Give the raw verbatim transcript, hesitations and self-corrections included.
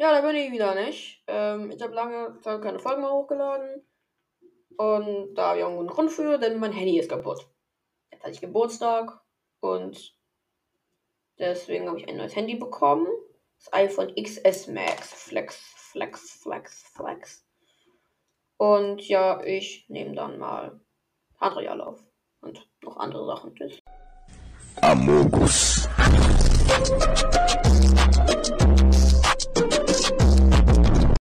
Ja, da bin ich wieder nicht. Ähm, ich habe lange Zeit keine Folgen mehr hochgeladen. Und da habe ich auch einen Grund für, denn mein Handy ist kaputt. Jetzt hatte ich Geburtstag und deswegen habe ich ein neues Handy bekommen. Das iPhone X S Max. Flex, Flex, Flex, Flex. Und ja, ich nehme dann mal Handreal auf. Und noch andere Sachen. Tschüss. Amogus.